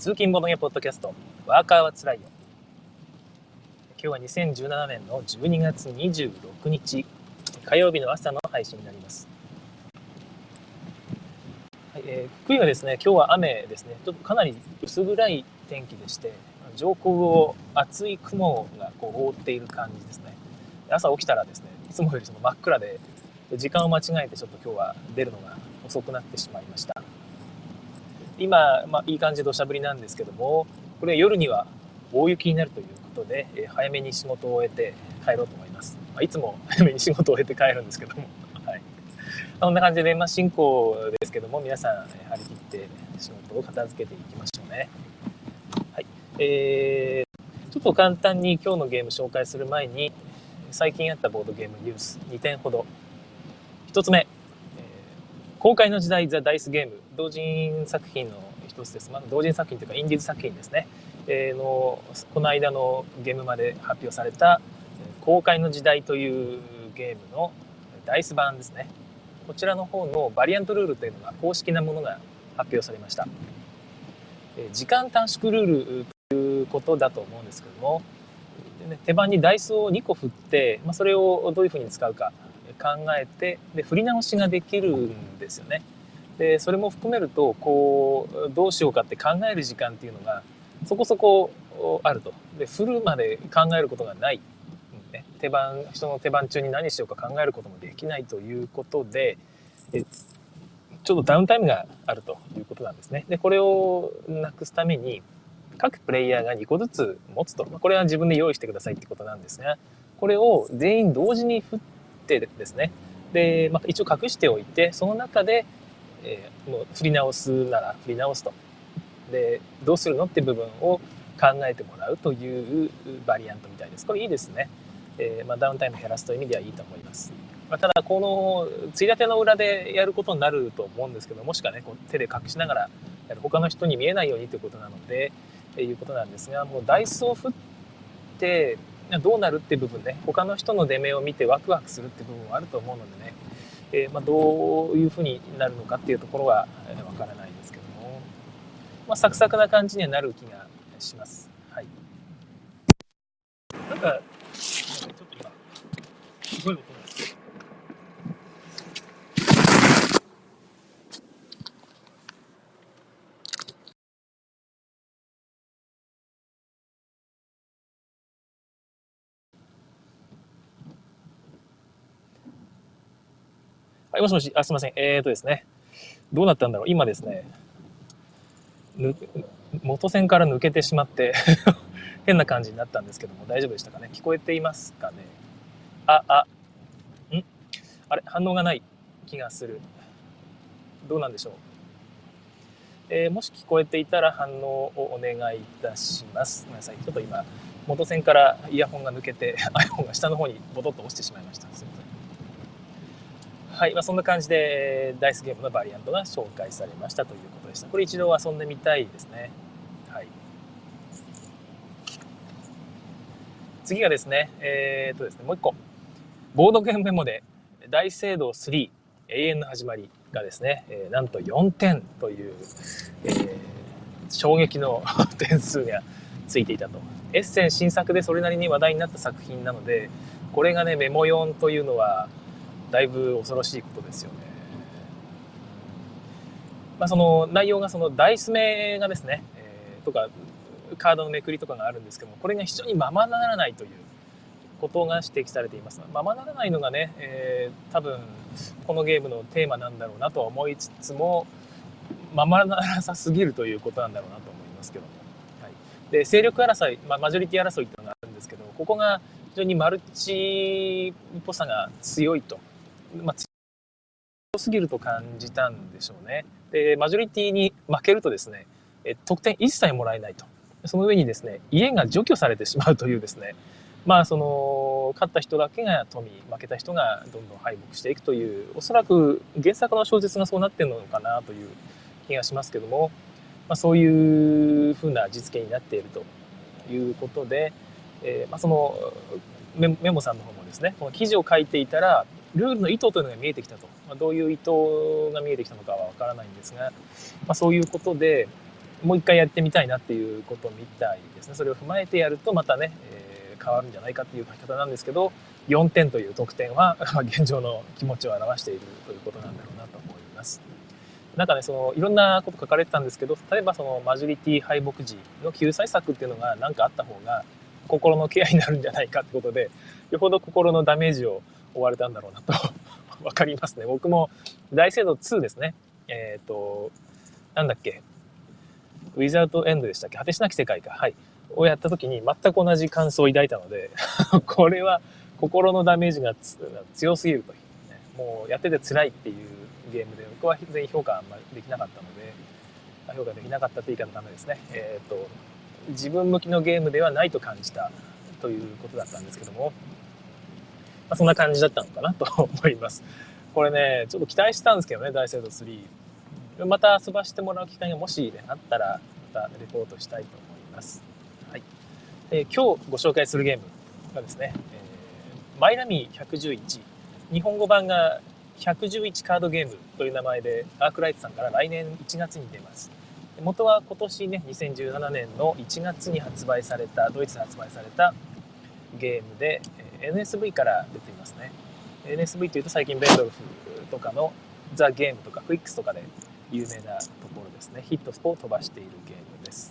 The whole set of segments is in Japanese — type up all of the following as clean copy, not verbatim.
通勤ボドゲポッドキャスト、ワーカーはつらいよ。今日は2017年の12月26日、火曜日の朝の配信になります。はい、福井はですね、今日は雨ですね。ちょっとかなり薄暗い天気でして、上空を厚い雲が覆っている感じですね。朝起きたらですね、いつもより真っ暗で、時間を間違えてちょっと今日は出るのが遅くなってしまいました。今、いい感じで土砂降りなんですけども、これ夜には大雪になるということで、早めに仕事を終えて帰ろうと思います。いつも早めに仕事を終えて帰るんですけども、はい、そんな感じで年末進行ですけども、皆さん張り切って仕事を片付けていきましょうね。はい、ちょっと簡単に今日のゲーム紹介する前に、最近あったボードゲームニュース2点ほど。1つ目、公開の時代ザ・ダイスゲーム、同人作品の一つです。同人作品というかインディーズ作品ですね、この間のゲームまで発表された公開の時代というゲームのダイス版ですね。こちらの方のバリアントルールというのが公式なものが発表されました。時間短縮ルールということだと思うんですけども、手番にダイスを2個振って、それをどういうふうに使うか考えて、で振り直しができるんですよね。でそれも含めるとどうしようかって考える時間っていうのがそこそこあると。で振るまで考えることがない、人の手番中に何しようか考えることもできないということで、ちょっとダウンタイムがあるということなんですね。でこれをなくすために各プレイヤーが2個ずつ持つと、これは自分で用意してくださいってことなんですが、これを全員同時に振ってですね、で、一応隠しておいて、その中で、もう振り直すなら振り直すと。でどうするのって部分を考えてもらうというバリアントみたいです。これいいですね。ダウンタイム減らすという意味ではいいと思います。ただこのついたての裏でやることになると思うんですけど、もしくはね手で隠しながらやる、他の人に見えないようにということなので、いうことなんですが、もうダイスを振ってどうなるっていう部分ね、他の人の出目を見てワクワクするっていう部分はあると思うのでね、どういうふうになるのかっていうところはわからないですけども、サクサクな感じにはなる気がします。はい。なんかちょっと今すごい音なんですけど。はい、もしもし、すみません。ですね、どうなったんだろう。今ですね、元線から抜けてしまって変な感じになったんですけども、大丈夫でしたかね。聞こえていますかね。あれ、反応がない気がする。どうなんでしょう。もし聞こえていたら反応をお願いいたします。ごめんなさい。ちょっと今元線からイヤホンが抜けて iPhone が下の方にボトッと落ちてしまいました。すみません。はい、そんな感じでダイスゲームのバリアントが紹介されましたということでした。これ一度遊んでみたいですね。はい。次がですね、ですね、もう一個ボードゲームメモで大聖堂3永遠の始まりがですね、なんと4点という、衝撃の点数がついていたと。エッセン新作でそれなりに話題になった作品なので、これがねメモ4というのはだいぶ恐ろしいことですよね。その内容がそのダイス目がですね、とかカードのめくりとかがあるんですけども、これが非常にままならないということが指摘されています。ままならないのがね、多分このゲームのテーマなんだろうなとは思いつつも、ままならさすぎるということなんだろうなと思いますけども、はい、で勢力争い、マジョリティ争いっていうのがあるんですけど、ここが非常にマルチっぽさが強いと、強すぎると感じたんでしょうね。でマジョリティに負けるとですね、得点一切もらえないと。その上にですね、家が除去されてしまうというですね、その勝った人だけが富、負けた人がどんどん敗北していくという、おそらく原作の小説がそうなってるのかなという気がしますけども、そういう風な実現になっているということで、そのメモさんの方もですね、この記事を書いていたらルールの意図というのが見えてきたと。どういう意図が見えてきたのかはわからないんですが、そういうことで、 もう一回やってみたいなっていうことみたいですね。それを踏まえてやるとまたね、変わるんじゃないかっていう書き方なんですけど、4点という得点は現状の気持ちを表しているということなんだろうなと思います。なんかね、そのいろんなこと書かれてたんですけど、例えばそのマジョリティ敗北時の救済策っていうのが何かあった方が心のケアになるんじゃないかってことで、よほど心のダメージを負われたんだろうなとわかりますね。僕も大聖堂2ですね。なんだっけ、ウィザードエンドでしたっけ、果てしなき世界か。はい。をやった時に全く同じ感想を抱いたので、これは心のダメージが強すぎるという、ね、もうやってて辛いっていうゲームで、僕は全然評価あんまりできなかったので、評価できなかったって言い方ダメですね。自分向きのゲームではないと感じたということだったんですけども、そんな感じだったのかなと思います。これね、ちょっと期待してたんですけどね、大聖堂3。また遊ばしてもらう機会がもし、ね、あったら、またレポートしたいと思います。はい。今日ご紹介するゲームがですね、マイラミー111、日本語版が111カードゲームという名前でアークライトさんから来年1月に出ます。元は今年ね、2017年の1月に発売された、ドイツで発売されたゲームで、NSV から出ていますね。NSV というと最近ベンドルフとかのザ・ゲームとかクイックスとかで有名なところですね。ヒットスポを飛ばしているゲームです。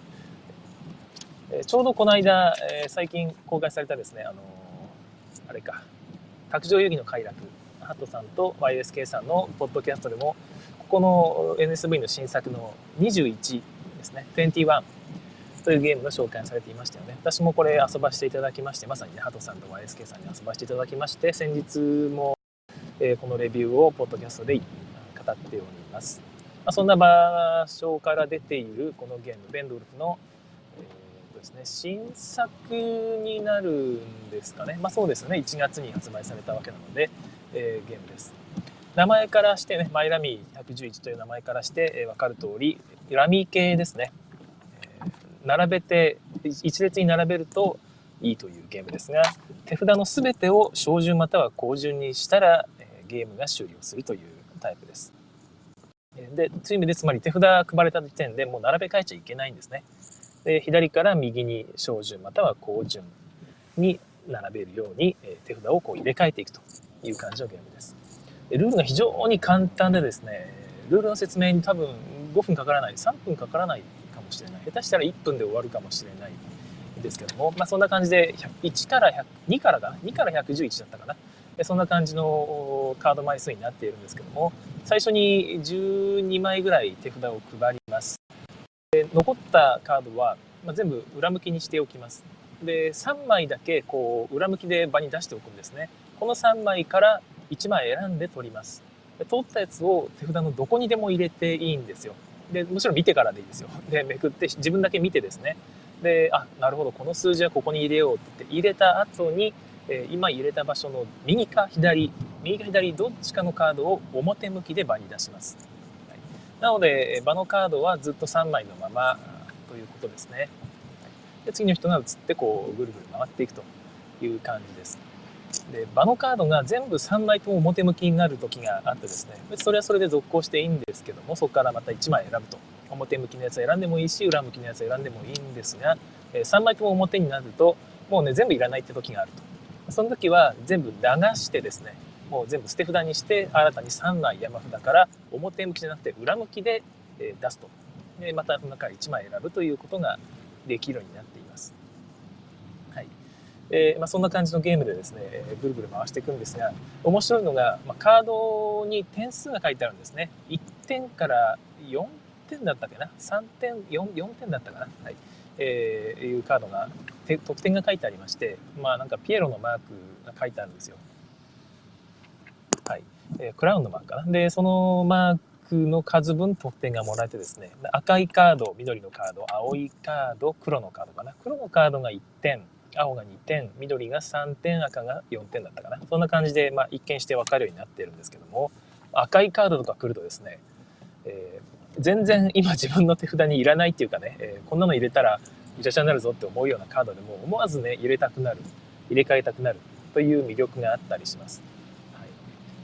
ちょうどこの間、最近公開されたですね、あれか、卓上遊戯の快楽、ハットさんと YSK さんのポッドキャストでも、ここの NSV の新作の21ですね、21というゲームの紹介されていましたよね。私もこれ遊ばせていただきまして、まさにね、ハトさんと YSK さんに遊ばせていただきまして、先日も、このレビューをポッドキャストで語っております。そんな場所から出ているこのゲーム、ベンドルフの、ですね、新作になるんですかね。そうですね、1月に発売されたわけなので、ゲームです。名前からしてね、マイラミー111という名前からして分かる通り、ラミー系ですね。並べて一列に並べるといいというゲームですが、手札の全てを小順または後順にしたらゲームが終了するというタイプです。で、という意味でつまり手札配られた時点でもう並べ替えちゃいけないんですね。で、左から右に小順または後順に並べるように手札をこう入れ替えていくという感じのゲームです。ルールが非常に簡単でですね、ルールの説明に多分5分かからない、3分かからないかもしれない。下手したら1分で終わるかもしれないですけども、そんな感じで1から2からかな、2から111だったかな。そんな感じのカード枚数になっているんですけども、最初に12枚ぐらい手札を配ります。で、残ったカードは、全部裏向きにしておきます。で、3枚だけこう裏向きで場に出しておくんですね。この3枚から1枚選んで取ります。で、取ったやつを手札のどこにでも入れていいんですよ。で、もちろん見てからでいいですよ。で、めくって自分だけ見てですね。で、なるほど、この数字はここに入れようって入れた後に、今入れた場所の右か左どっちかのカードを表向きで場に出します。なので場のカードはずっと3枚のままということですね。で、次の人が移ってこうぐるぐる回っていくという感じです。で、場のカードが全部3枚とも表向きになる時があってですね、それはそれで続行していいんですけども、そこからまた1枚選ぶと、表向きのやつ選んでもいいし裏向きのやつ選んでもいいんですが、3枚とも表になるともうね全部いらないって時があると。その時は全部流してですね、もう全部捨て札にして新たに3枚山札から表向きじゃなくて裏向きで出すと。で、またその中から1枚選ぶということができるようになっています。はい。そんな感じのゲームでですね、ぐるぐる回していくんですが、面白いのが、カードに点数が書いてあるんですね。1点から4点だったっけな、3点、4点だったかな、はい。いうカードが、得点が書いてありまして、なんかピエロのマークが書いてあるんですよ。はい。クラウンのマークかな。で、そのマークの数分得点がもらえてですね、赤いカード、緑のカード、青いカード、黒のカードかな。黒のカードが1点、青が2点、緑が3点、赤が4点だったかな。そんな感じで、一見して分かるようになっているんですけども、赤いカードとか来るとですね、全然今自分の手札にいらないっていうかね、こんなの入れたらイチャチャになるぞって思うようなカードでも思わずね、入れ替えたくなるという魅力があったりします。はい、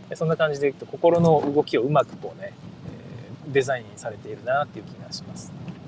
そんな感じで心の動きをうまくこうね、デザインされているなっていう気がします。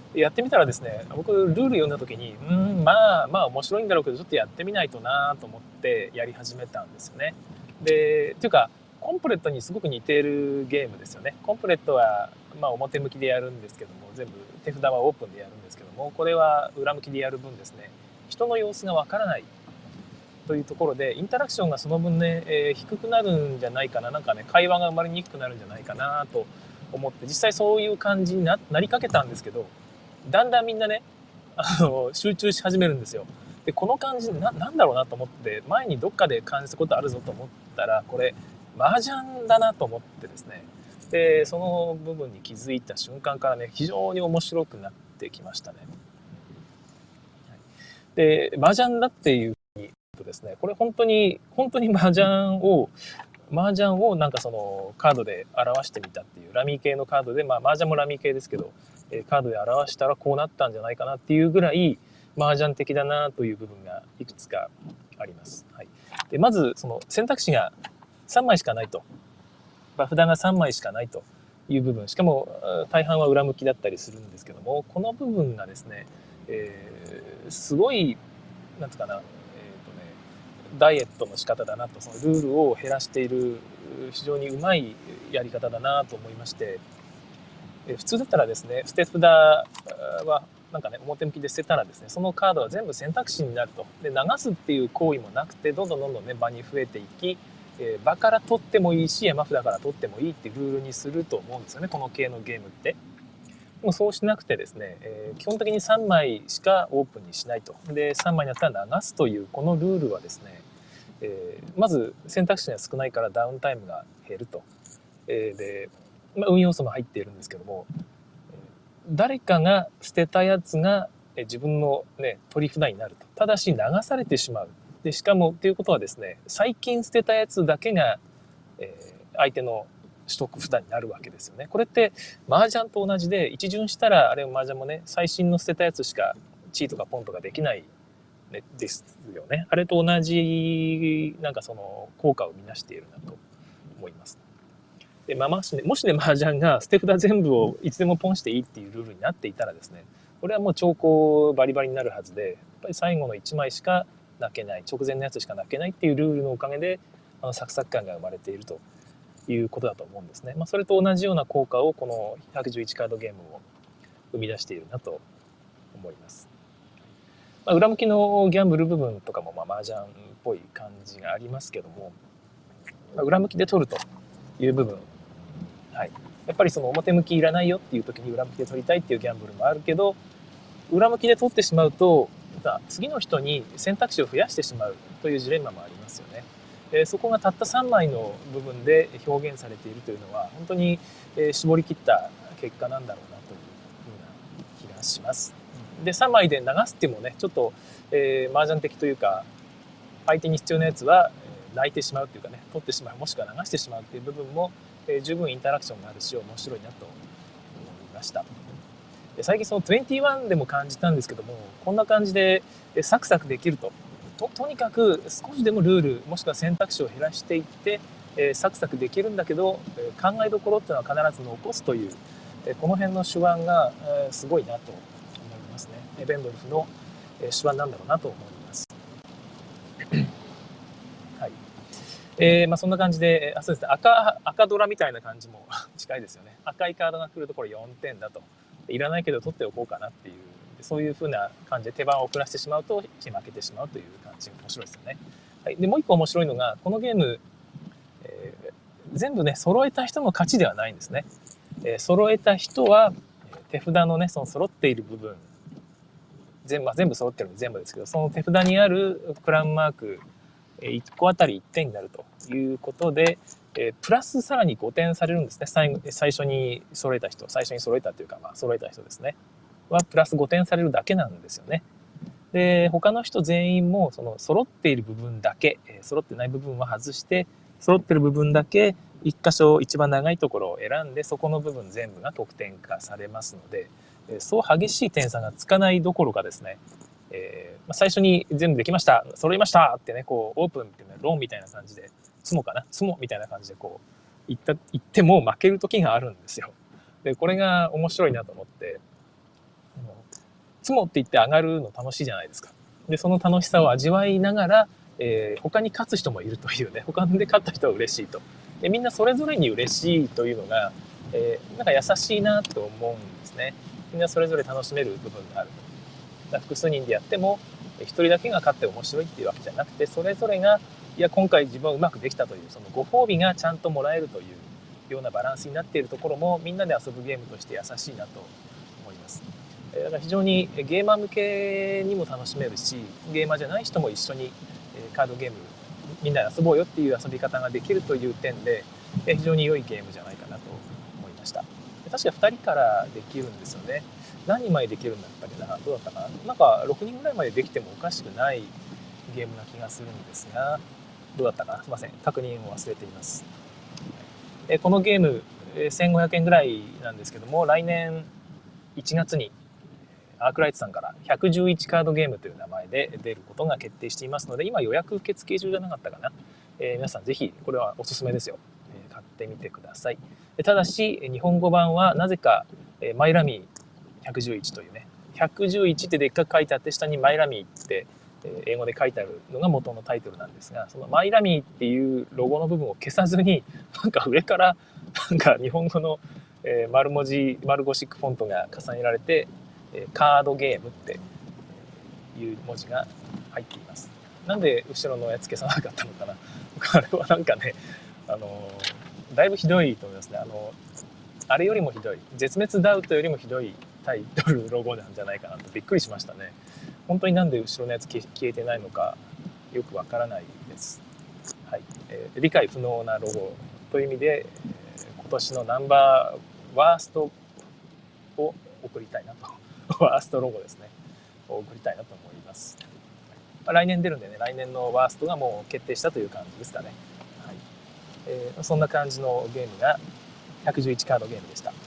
やってみたらですね、僕ルール読んだ時に、まあ面白いんだろうけど、ちょっとやってみないとなと思ってやり始めたんですよね。で、っていうか、コンプレットにすごく似ているゲームですよね。コンプレットは、表向きでやるんですけども、全部手札はオープンでやるんですけども、これは裏向きでやる分ですね、人の様子がわからないというところで、インタラクションがその分ね、低くなるんじゃないかな、なんかね、会話が生まれにくくなるんじゃないかなと思って、実際そういう感じになりかけたんですけど、だんだんみんなね、集中し始めるんですよ。で、この感じなんだろうなと思って、前にどっかで感じたことあるぞと思ったら、これ麻雀だなと思ってですね、でその部分に気づいた瞬間からね、非常に面白くなってきましたね。で、麻雀だっていうとですね、これ本当に麻雀をなんかそのカードで表してみたっていう、ラミー系のカードで、麻雀もラミー系ですけど、カードで表したらこうなったんじゃないかなっていうぐらい麻雀的だなという部分がいくつかあります。はい、でまずその選択肢が3枚しかないと、札が3枚しかないという部分、しかも大半は裏向きだったりするんですけども、この部分がですね、すごいなんつうかな、ダイエットの仕方だなと、そのルールを減らしている非常にうまいやり方だなと思いまして、普通だったらですね、捨て札はなんかね、表向きで捨てたらですね、そのカードは全部選択肢になると。で、流すっていう行為もなくて、どんどんね、場に増えていき、場から取ってもいいし、山札から取ってもいいっていうルールにすると思うんですよね、この系のゲームって。もうそうしなくてですね、基本的に3枚しかオープンにしないと。で、3枚になったら流すというこのルールはですね、まず選択肢が少ないからダウンタイムが減ると。で、運要素も入っているんですけども、誰かが捨てたやつが自分の、ね、取り札になると。ただし流されてしまう。でしかもっていうことはですね、最近捨てたやつだけが、相手の取得札になるわけですよね。これって麻雀と同じで、一巡したらあれ麻雀もね、最新の捨てたやつしかチーとかポンとかできないですよね。あれと同じなんかその効果を生み出しているなと思います。で、もしね、麻雀が捨て札全部をいつでもポンしていいっていうルールになっていたらですね、これはもう兆候バリバリになるはずで、やっぱり最後の1枚しか泣けない、直前のやつしか泣けないっていうルールのおかげで、サクサク感が生まれているということだと思うんですね。それと同じような効果をこの111カードゲームを生み出しているなと思います。裏向きのギャンブル部分とかも麻雀っぽい感じがありますけども、裏向きで取るという部分、はい、やっぱりその表向きいらないよっていう時に裏向きで取りたいっていうギャンブルもあるけど、裏向きで取ってしまうと次の人に選択肢を増やしてしまうというジレンマもありますよね。そこがたった3枚の部分で表現されているというのは本当に絞り切った結果なんだろうなというふうな気がします。で3枚で流すっていうのもね、ちょっと、麻雀的というか、相手に必要なやつは泣いてしまうというかね、取ってしまう、もしくは流してしまうっていう部分も、十分インタラクションがあるし面白いなと思いました。最近その21でも感じたんですけども、こんな感じでサクサクできると。とにかく少しでもルールもしくは選択肢を減らしていって、サクサクできるんだけど、考えどころっていうのは必ず残すという、この辺の手腕が、すごいなと思いますね。ベンドルフの手腕なんだろうなと思います。はい。そんな感じで、そうですね、赤ドラみたいな感じも近いですよね。赤いカードが来るところ4点だと。いらないけど取っておこうかなっていう、そういう風な感じで手番を遅らせてしまうと負けてしまうという感じが面白いですよね。はい、でもう一個面白いのが、このゲーム、全部ね、揃えた人の勝ちではないんですね。揃えた人は、手札のね、その揃っている部分、全部揃ってるんで全部ですけど、その手札にあるクラウンマーク、1個あたり1点になるということで、プラスさらに5点されるんですね。最初に揃えた人、最初に揃えたというか、揃えた人ですね。はプラス5点されるだけなんですよね。で、他の人全員もその揃っている部分だけ、揃ってない部分は外して、揃ってる部分だけ1箇所一番長いところを選んで、そこの部分全部が得点化されますので、そう激しい点差がつかないどころかですね、最初に全部できました、揃いましたってね、こうオープンっていうのはローンみたいな感じで、ツモみたいな感じでこう言っても負ける時があるんですよ。でこれが面白いなと思って、 積もっていって上がるの楽しいじゃないですか。で、その楽しさを味わいながら、他に勝つ人もいるというね、他で勝った人は嬉しいと。で、みんなそれぞれに嬉しいというのが、なんか優しいなと思うんですね。みんなそれぞれ楽しめる部分があると。だ複数人でやっても、一人だけが勝って面白いっていうわけじゃなくて、それぞれが、いや、今回自分はうまくできたという、そのご褒美がちゃんともらえるというようなバランスになっているところも、みんなで遊ぶゲームとして優しいなと思います。だから非常にゲーマー向けにも楽しめるし、ゲーマーじゃない人も一緒にカードゲームみんなで遊ぼうよっていう遊び方ができるという点で非常に良いゲームじゃないかなと思いました。確か2人からできるんですよね。何人までできるんだったっけな、どうだったかな、なんか6人ぐらいまでできてもおかしくないゲームな気がするんですが、どうだったかな、すいません、確認を忘れています。このゲーム1500円ぐらいなんですけども、来年1月にアークライトさんから111カードゲームという名前で出ることが決定していますので、今予約受付中じゃなかったかな。皆さんぜひこれはおすすめですよ。買ってみてください。ただし日本語版はなぜかマイラミー111というね、111ってでっかく書いてあって下にマイラミーって英語で書いてあるのが元のタイトルなんですが、そのマイラミーっていうロゴの部分を消さずに、なんか上からなんか日本語の丸ゴシックフォントが重ねられてカードゲームっていう文字が入っています。なんで後ろのやつ消さなかったのかな。あれはなんかね、だいぶひどいと思いますね。あれよりもひどい、絶滅ダウトよりもひどいタイトルロゴなんじゃないかなとびっくりしましたね。本当になんで後ろのやつ消えてないのかよくわからないです。はい、理解不能なロゴという意味で、今年のナンバーワーストを送りたいなと。ワーストロゴですね。送りたいなと思います。来年出るんでね、来年のワーストがもう決定したという感じですかね。はい、そんな感じのゲームが111カードゲームでした。はい、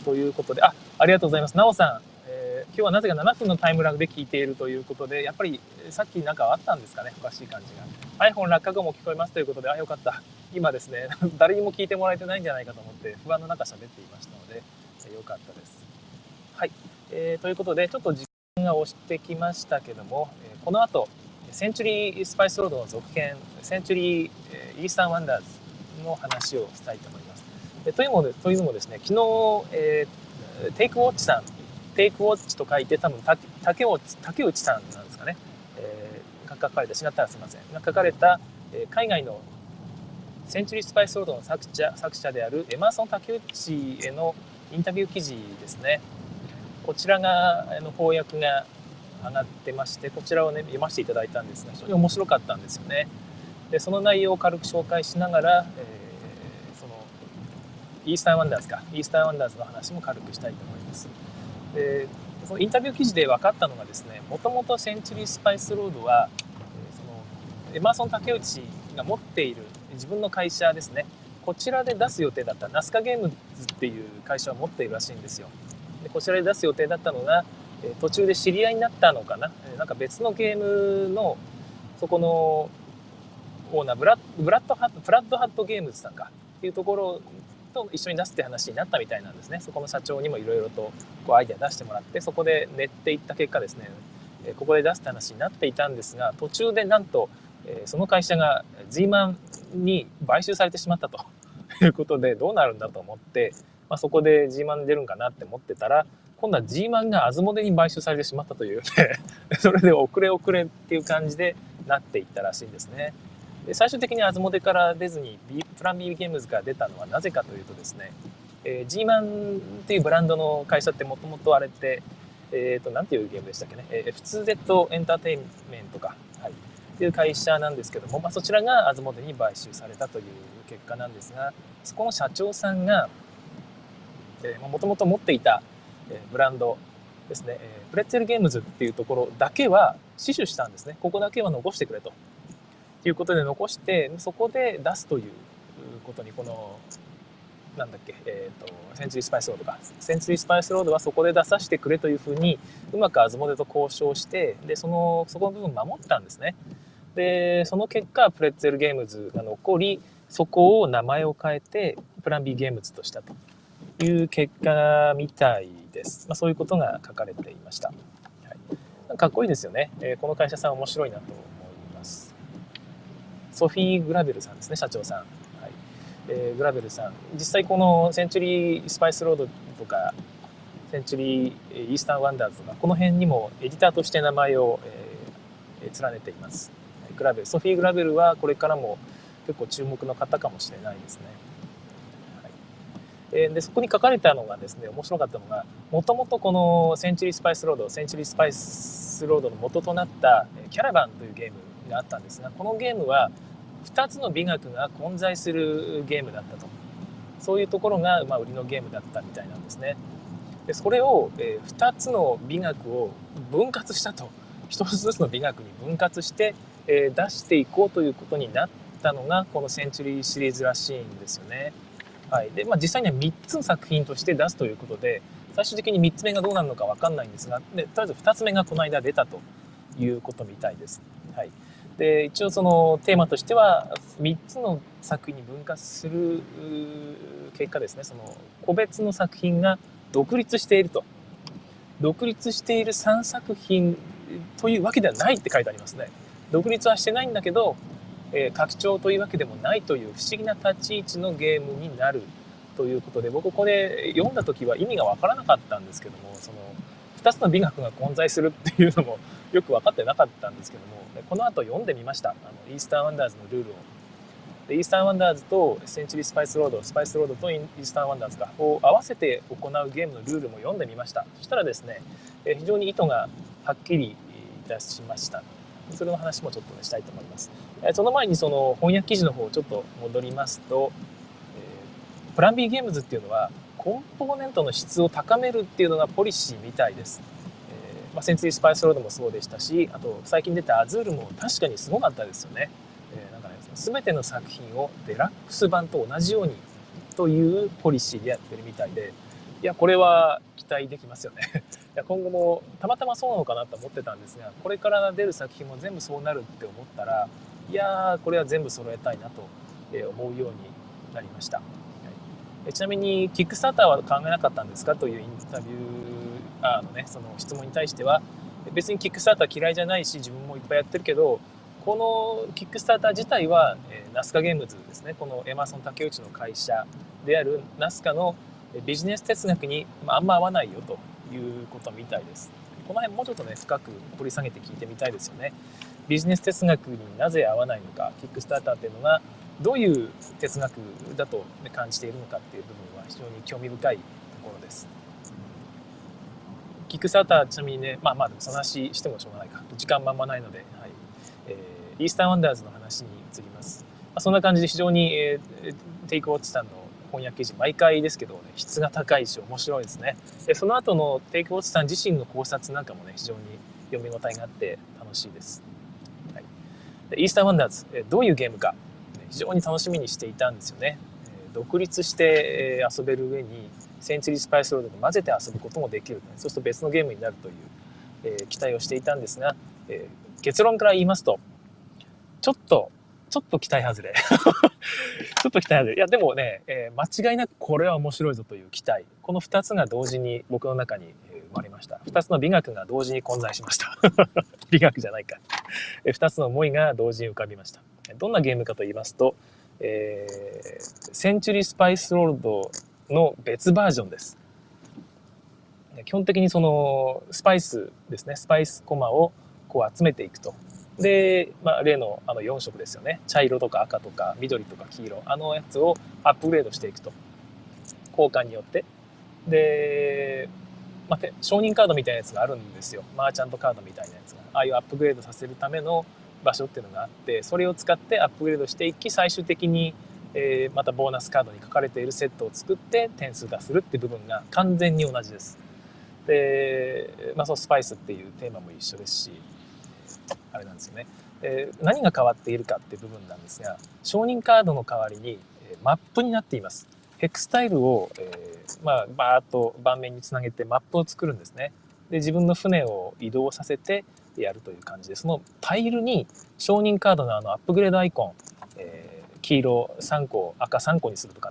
ということで、ありがとうございます。なおさん、今日はなぜか7分のタイムラグで聞いているということで、やっぱりさっきなんかあったんですかね、おかしい感じが。iPhone 落下後も聞こえますということで、よかった。今ですね、誰にも聞いてもらえてないんじゃないかと思って不安の中喋っていましたので、よかったです。はい、ということでちょっと時間が押してきましたけども、この後センチュリースパイスロードの続編、センチュリーイースタンワンダーズの話をしたいと思います。というのもですね、昨日、テイクウォッチさん、テイクウォッチと書いて多分竹内さんなんですかね、が書かれた、違ったらすみません、が書かれた、海外のセンチュリースパイスロードの作者であるエマーソン竹内へのインタビュー記事ですね。こちらが翻訳が上がってまして、こちらをね読ませていただいたんですが、非常に面白かったんですよね。でその内容を軽く紹介しながら、そのイースタンワンダーズの話も軽くしたいと思います。でそのインタビュー記事で分かったのがですね、もともとセンチュリースパイスロードはそのエマーソン竹内が持っている自分の会社ですね、こちらで出す予定だったナスカゲームズっていう会社を持っているらしいんですよ。でこちらで出す予定だったのが途中で知り合いになったのかな、なんか別のゲームのそこのオーナーフラッドハットゲームズさんかっていうところと一緒に出すって話になったみたいなんですね。そこの社長にもいろいろとこうアイデア出してもらって、そこで練っていった結果ですね、ここで出すって話になっていたんですが、途中でなんとその会社が G マンに買収されてしまったということで、どうなるんだと思って、そこで G マン出るんかなって思ってたら、今度は G マンがアズモデに買収されてしまったというねそれで遅れっていう感じでなっていったらしいんですね。で最終的にアズモデから出ずにプラン B ゲームズが出たのはなぜかというとですね、G マンっていうブランドの会社ってもともとあれってなんていうゲームでしたっけね、F2Z エンターテインメントか、はい、っていう会社なんですけども、そちらがアズモデに買収されたという結果なんですが、そこの社長さんがもともと持っていたブランドですね、プレッツェルゲームズっていうところだけは死守したんですね。ここだけは残してくれということで残して、そこで出すということに、このなんだっけ、センチュリースパイスロードか、センチュリースパイスロードはそこで出させてくれというふうにうまくアズモデと交渉して、でそこの部分を守ったんですね。でその結果プレッツェルゲームズが残り、そこを名前を変えてプラン B ゲームズとしたという結果みたいです。そういうことが書かれていました。はい、かっこいいですよね。この会社さん面白いなと思います。ソフィー・グラベルさんですね、社長さん。はいグラベルさん、実際このセンチュリー・スパイス・ロードとかセンチュリー・イースタン・ワンダーズとかこの辺にもエディターとして名前を、連ねています。グラベル、ソフィー・グラベルはこれからも結構注目の方かもしれないですね。でそこに書かれたのがですね、面白かったのが、もともとこのセンチュリースパイスロード、センチュリースパイスロードの元となったキャラバンというゲームがあったんですが、このゲームは2つの美学が混在するゲームだったと。そういうところが売りのゲームだったみたいなんですね。でそれを2つの美学を分割したと。1つずつの美学に分割して出していこうということになったのがこのセンチュリーシリーズらしいんですよね。はいで実際には3つの作品として出すということで、最終的に3つ目がどうなるのか分かんないんですが、とりあえず2つ目がこの間出たということみたいです。はい、で一応そのテーマとしては3つの作品に分割する結果ですね、その個別の作品が独立していると。独立している3作品というわけではないって書いてありますね。独立はしてないんだけど、拡張というわけでもないという不思議な立ち位置のゲームになるということで、僕これ読んだ時は意味が分からなかったんですけども、その2つの美学が混在するっていうのもよく分かってなかったんですけども、この後読んでみました。イースターワンダーズのルールを。でイースターワンダーズとセンチュリースパイスロード、スパイスロードとイースターワンダーズかを合わせて行うゲームのルールも読んでみました。そしたらですね、非常に意図がはっきりいたしました。それの話もちょっと、したいと思います。その前にその翻訳記事の方をちょっと戻りますと、プラン B ゲームズっていうのはコンポーネントの質を高めるっていうのがポリシーみたいです。センチュリースパイスロードもそうでしたし、あと最近出たアズールも確かにすごかったですよね。なんかね、全ての作品をデラックス版と同じようにというポリシーでやってるみたいで、いやこれは期待できますよね。いや今後もたまたまそうなのかなと思ってたんですが、これから出る作品も全部そうなるって思ったら、いやーこれは全部揃えたいなと思うようになりました。ちなみにキックスターターは考えなかったんですかというインタビューその質問に対しては、別にキックスターター嫌いじゃないし自分もいっぱいやってるけど、このキックスターター自体はナスカゲームズですね、このエマーソン竹内の会社であるナスカのビジネス哲学にあんま合わないよということみたいです。この辺もうちょっとね深く掘り下げて聞いてみたいですよね。ビジネス哲学になぜ合わないのか、キックスターターっていうのがどういう哲学だと感じているのかっていう部分は非常に興味深いところです。キックスターター、ちなみにね、でもその話してもしょうがないか、時間もあんまないので、はいイースターワンダーズの話に移ります。そんな感じで非常に、テイクウォッチさんの翻訳記事毎回ですけど、ね、質が高いし面白いですね。その後のテイクウォッチさん自身の考察なんかもね非常に読み応えがあって楽しいです。はい、イースターワンダーズ、どういうゲームか非常に楽しみにしていたんですよね。独立して遊べる上にセンチュリースパイスロードと混ぜて遊ぶこともできる、そうすると別のゲームになるという、期待をしていたんですが、結論から言いますとちょっと期待外れちょっと期待外れ。いやでもね、間違いなくこれは面白いぞという期待、この2つが同時に僕の中に生まれました。2つの美学が同時に混在しました美学じゃないか、2つの思いが同時に浮かびました。どんなゲームかと言いますと、センチュリースパイスロードの別バージョンです。基本的にそのスパイスですね、スパイスコマをこう集めていくと。で、例の4色ですよね、茶色とか赤とか緑とか黄色、やつをアップグレードしていくと、交換によって。で、承認カードみたいなやつがあるんですよ。マーチャントカードみたいなやつが、ああいうアップグレードさせるための場所っていうのがあって、それを使ってアップグレードしていき、最終的にまたボーナスカードに書かれているセットを作って点数出するっていう部分が完全に同じです。で、そのスパイスっていうテーマも一緒ですし、あれなんですよね。何が変わっているかっていう部分なんですが、承認カードの代わりにマップになっています。ヘクスタイルを、バーッと盤面につなげてマップを作るんですね。で、自分の船を移動させてやるという感じで、そのタイルに承認カードのアップグレードアイコン、黄色3個赤3個にするとかね、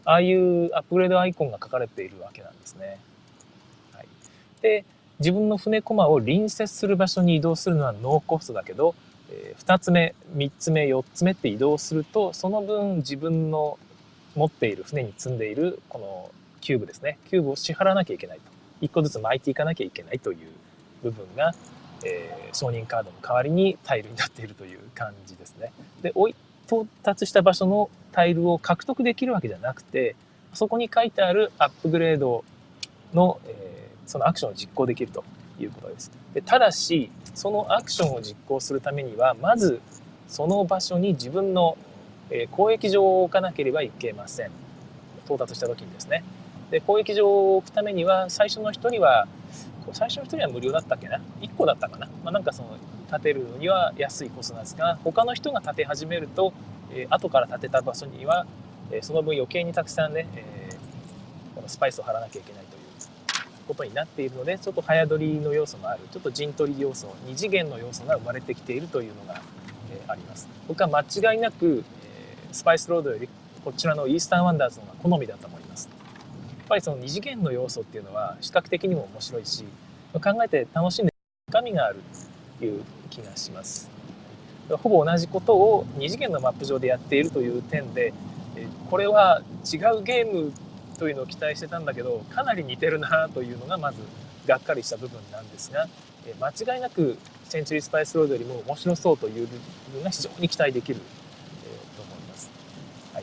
ああいうアップグレードアイコンが書かれているわけなんですね。はい、で自分の船駒を隣接する場所に移動するのはノーコストだけど、2つ目3つ目4つ目って移動すると、その分自分の持っている船に積んでいるこのキューブですね、キューブを支払わなきゃいけないと、1個ずつ巻いていかなきゃいけないという部分が、承認カードの代わりにタイルになっているという感じですね。で到達した場所のタイルを獲得できるわけじゃなくて、そこに書いてあるアップグレードの、そのアクションを実行できるということです。でただしそのアクションを実行するためにはまずその場所に自分の交易場を置かなければいけません。到達した時にですね。で交易場を置くためには最初の1人は無料だったっけな、1個だったかな、なんかその建てるのには安いコストなんですが、他の人が建て始めると、後から建てた場所には、その分余計にたくさんね、このスパイスを貼らなきゃいけないということになっているので、ちょっと早取りの要素がある、ちょっと陣取り要素、2次元の要素が生まれてきているというのが、あります。僕は間違いなく、スパイスロードよりこちらのイースタンワンダーズの方が好みだと思います。やっぱりその2次元の要素っていうのは視覚的にも面白いし、考えて楽しんで深みがあるという気がします。ほぼ同じことを2次元のマップ上でやっているという点で、これは違うゲームというのを期待してたんだけど、かなり似てるなというのがまずがっかりした部分なんですが、間違いなくセンチュリースパイスロードよりも面白そうという部分が非常に期待できる、と思います。はい、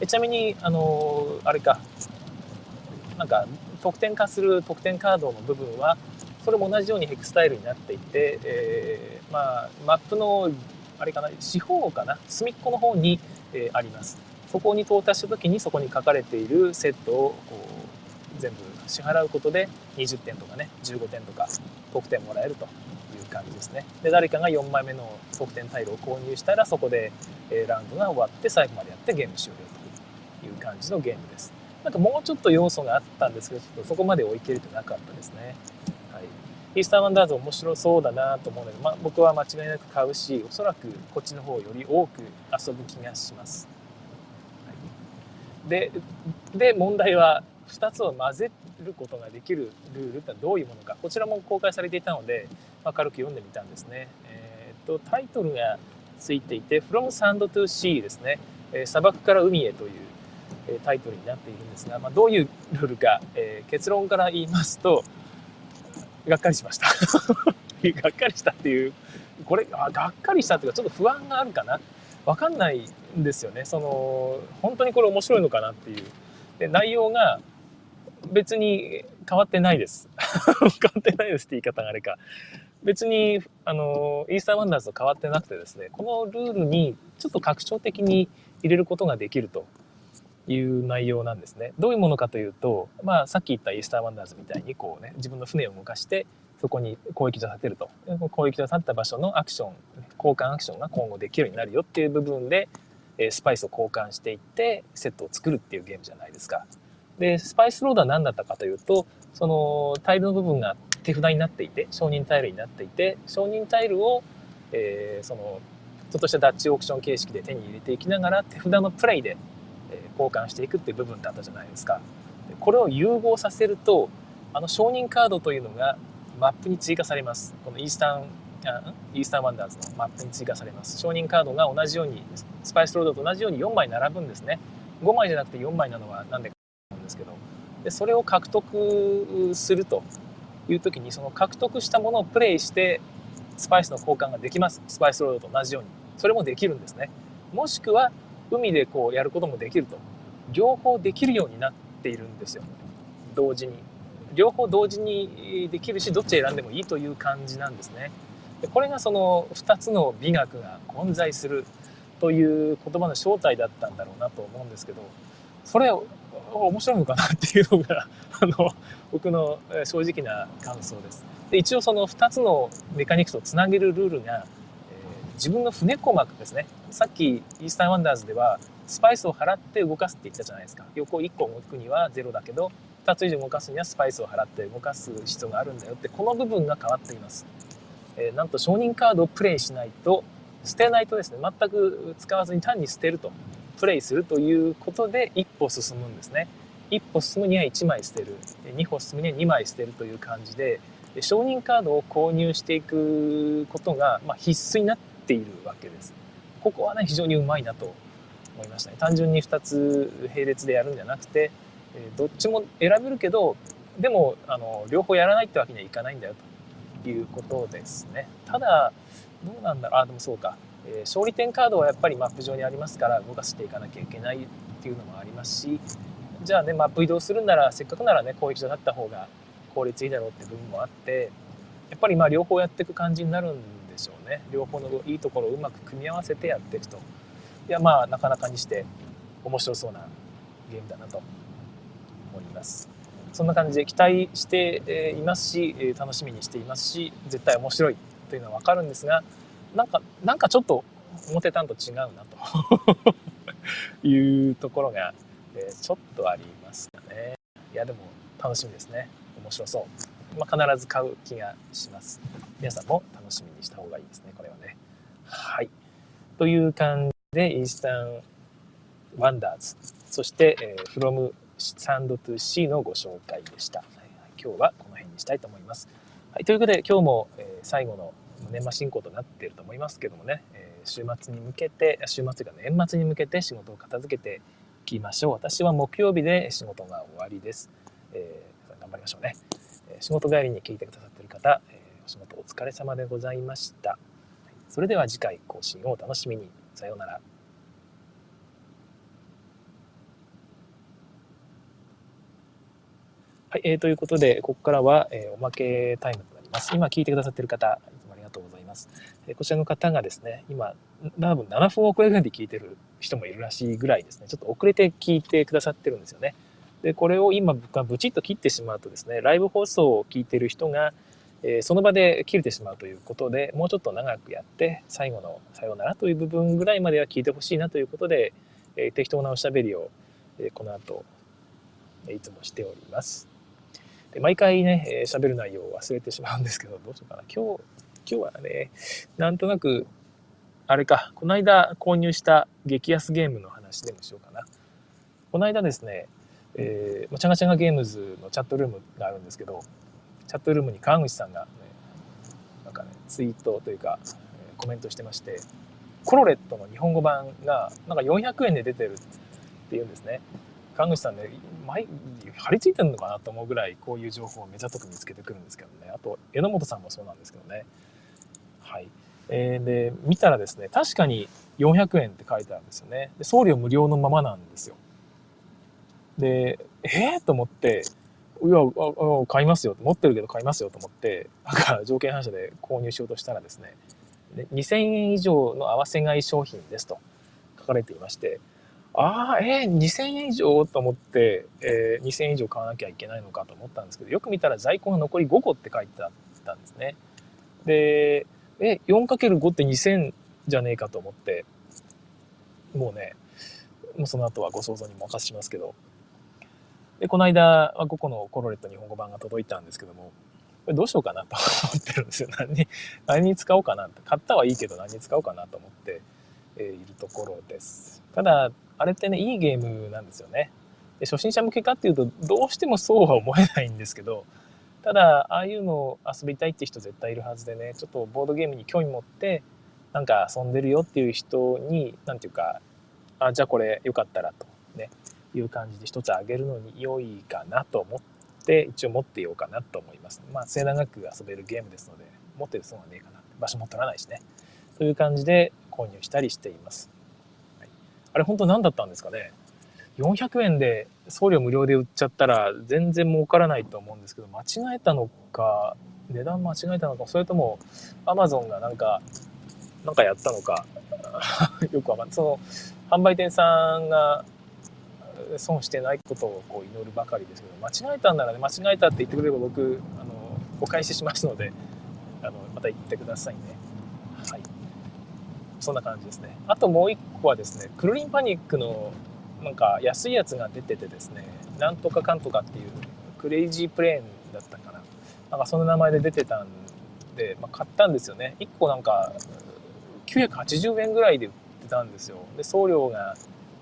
ちなみにあれか、なんか得点化する得点カードの部分はそれも同じようにヘクスタイルになっていて、マップのあれかな、四方かな、隅っこの方に、あります。そこに到達した時にそこに書かれているセットをこう全部支払うことで20点とかね、15点とか得点もらえるという感じですね。で誰かが4枚目の得点タイルを購入したらそこでラウンドが終わって最後までやってゲーム終了という感じのゲームです。なんかもうちょっと要素があったんですけど、ちょっとそこまで追い切れてなかったですね。はい、イースターワンダーズ面白そうだなと思うので、僕は間違いなく買うし、おそらくこっちの方をより多く遊ぶ気がします。はい、で問題は2つを混ぜることができるルールってどういうものか、こちらも公開されていたので、軽く読んでみたんですね。タイトルがついていて From Sand to Sea ですね、砂漠から海へというタイトルになっているんですが、どういうルールか、結論から言いますと、がっかりしましたがっかりしたっていう、これがっかりしたっていうか、ちょっと不安があるかな、分かんないんですよね。本当にこれ面白いのかなっていう。で内容が別に変わってないです変わってないですって言い方があれか、別にイースターワンダーズと変わってなくてですね、このルールにちょっと拡張的に入れることができるという内容なんですね。どういうものかというと、さっき言ったイースターワンダーズみたいにこうね、自分の船を動かしてそこに攻撃場を立てると、攻撃場を立った場所のアクション、交換アクションが今後できるようになるよっていう部分でスパイスを交換していってセットを作るっていうゲームじゃないですか。でスパイスロードは何だったかというと、そのタイルの部分が手札になっていて、承認タイルになっていて、承認タイルを、そのちょっとしたダッチオークション形式で手に入れていきながら手札のプレイで交換していくっていう部分だったじゃないですか。これを融合させると、承認カードというのがマップに追加されます。このイースタンワンダーズのマップに追加されます。承認カードが同じようにスパイスロードと同じように4枚並ぶんですね。5枚じゃなくて4枚なのはなんでかと思うんですけど、でそれを獲得するという時に、その獲得したものをプレイしてスパイスの交換ができます。スパイスロードと同じようにそれもできるんですね。もしくは海でこうやることもできると、両方できるようになっているんですよ。同時に両方同時にできるし、どっち選んでもいいという感じなんですね。でこれがその2つの美学が混在するという言葉の正体だったんだろうなと思うんですけど、それ面白いのかなっていうのが僕の正直な感想です。で一応その2つのメカニクスをつなげるルールが、自分の船駒ですね。さっきイースタンワンダーズではスパイスを払って動かすって言ったじゃないですか。横1個動くには0だけど2つ以上動かすにはスパイスを払って動かす必要があるんだよって、この部分が変わっています。なんと承認カードをプレイしないと、捨てないとですね、全く使わずに単に捨てるとプレイするということで一歩進むんですね。一歩進むには1枚捨てる、2歩進むには2枚捨てるという感じで、承認カードを購入していくことが、必須になっているわけです。ここはね非常にうまいなと思いましたね。単純に2つ並列でやるんじゃなくて、どっちも選べるけど、でも両方やらないってわけにはいかないんだよということですね。ただどうなんだろう、でもそうか、勝利点カードはやっぱりマップ上にありますから動かしていかなきゃいけないっていうのもありますし、じゃあねマップ移動するんならせっかくならね攻撃場だった方が効率いいだろうっていう部分もあって、やっぱり両方やっていく感じになるんでしょうね。両方のいいところをうまく組み合わせてやっていくと。いやなかなかにして面白そうなゲームだなと思います。そんな感じで期待していますし、楽しみにしていますし、絶対面白いというのは分かるんですが、なんかちょっと思ってたんと違うなというところが、ちょっとありますかね。いやでも楽しみですね。面白そう。必ず買う気がします。皆さんも楽しみにした方がいいですね、これはね。はい。という感じでイースタンワンダーズ、そして、from Sand to Sea のご紹介でした。今日はこの辺にしたいと思います。はい、ということで今日も、最後の年末進行となっていると思いますけどもね、週末に向けて、週末というか年末に向けて仕事を片付けていきましょう。私は木曜日で仕事が終わりです。頑張りましょうね。仕事帰りに聞いてくださっている方、お仕事お疲れ様でございました。それでは次回更新をお楽しみに。さようなら。はい、ということで、ここからは、おまけタイムとなります。今聞いてくださっている方、いつもありがとうございます。こちらの方がですね、今、多分7分遅れぐらいで聞いてる人もいるらしいぐらいですね、ちょっと遅れて聞いてくださってるんですよね。で、これを今僕がブチッと切ってしまうとですね、ライブ放送を聞いてる人が、その場で切れてしまうということで、もうちょっと長くやって、最後のさようならという部分ぐらいまでは聞いてほしいなということで、適当なおしゃべりを、この後、いつもしております。で毎回ね、喋る内容を忘れてしまうんですけど、どうしようかな。今日はね、なんとなく、あれか、この間購入した激安ゲームの話でもしようかな。この間ですね、チャガチャガゲームズのチャットルームがあるんですけど、チャットルームに川口さんが、ね、なんかね、ツイートというか、コメントしてまして、コロレットの日本語版がなんか400円で出てるっていうんですね。川口さんね、張り付いてるのかなと思うぐらいこういう情報をめちゃとく見つけてくるんですけどね。あと榎本さんもそうなんですけどね。はい。で見たらですね、確かに400円って書いてあるんですよね。で送料無料のままなんですよ。でと思って、いや買いますよ、持ってるけど買いますよと思って、なんか条件反射で購入しようとしたらですね、2000円以上の合わせ買い商品ですと書かれていまして、2000円以上と思って、2000円以上買わなきゃいけないのかと思ったんですけど、よく見たら在庫が残り5個って書いてあったんですね。で、4×5 って2000じゃねえかと思って、もうね、もうその後はご想像にお任せしますけど、で、この間、5個のコロレット日本語版が届いたんですけども、これどうしようかなと思ってるんですよ。何に使おうかなって。買ったはいいけど何に使おうかなと思っているところです。ただ、あれってね、いいゲームなんですよね。で初心者向けかっていうと、どうしてもそうは思えないんですけど、ただ、ああいうのを遊びたいって人絶対いるはずでね、ちょっとボードゲームに興味持って、なんか遊んでるよっていう人に、なんていうか、じゃあこれよかったらとね、いう感じで一つあげるのに良いかなと思って、一応持っていようかなと思います。末永く遊べるゲームですので、持ってる損はねえかな。場所も取らないしね。という感じで購入したりしています。はい、あれ本当何だったんですかね。400円で送料無料で売っちゃったら全然儲からないと思うんですけど、間違えたのか、値段間違えたのか、それとも Amazon がなんかやったのかよくわかんない。その販売店さんが損してないことをこう祈るばかりですけど、間違えたんならね、間違えたって言ってくれれば僕お返ししますので、また言ってくださいね。はい、そんな感じですね。あともう一個はですね、クルリンパニックのなんか安いやつが出ててですね、なんとかかんとかっていうクレイジープレーンだったかな、なんかその名前で出てたんで、買ったんですよね。1個なんか980円ぐらいで売ってたんですよ。で送料が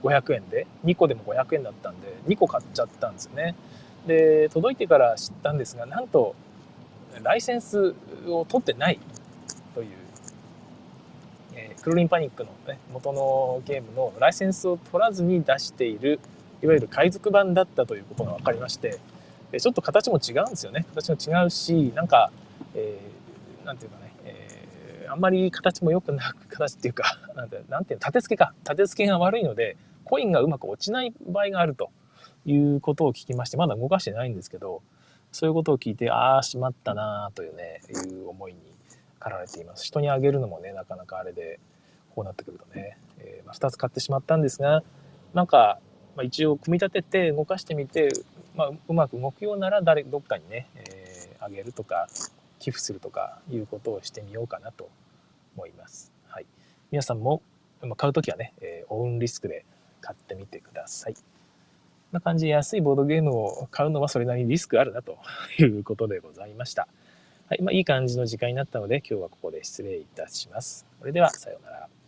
500円で、2個でも500円だったんで、2個買っちゃったんですよね。で、届いてから知ったんですが、なんと、ライセンスを取ってないという、クルリンパニックの、ね、元のゲームのライセンスを取らずに出している、いわゆる海賊版だったということが分かりまして、ちょっと形も違うんですよね。形も違うし、なんか、なんていうかね、あんまり形も良くなく、形っていうか、なんていうの、立て付けか。立て付けが悪いので、コインがうまく落ちない場合があるということを聞きまして、まだ動かしてないんですけど、そういうことを聞いて、ああ、しまったなというね、いう思いに駆られています。人にあげるのもね、なかなかあれで、こうなってくるとね、2つ買ってしまったんですが、なんか、一応組み立てて動かしてみて、うまく動くようならどっかにね、あげるとか寄付するとかいうことをしてみようかなと思います。はい、皆さんも買うときはね、オウンリスクで買ってみてください。こんな感じで安いボードゲームを買うのはそれなりにリスクあるなということでございました。はい、いい感じの時間になったので今日はここで失礼いたします。それではさようなら。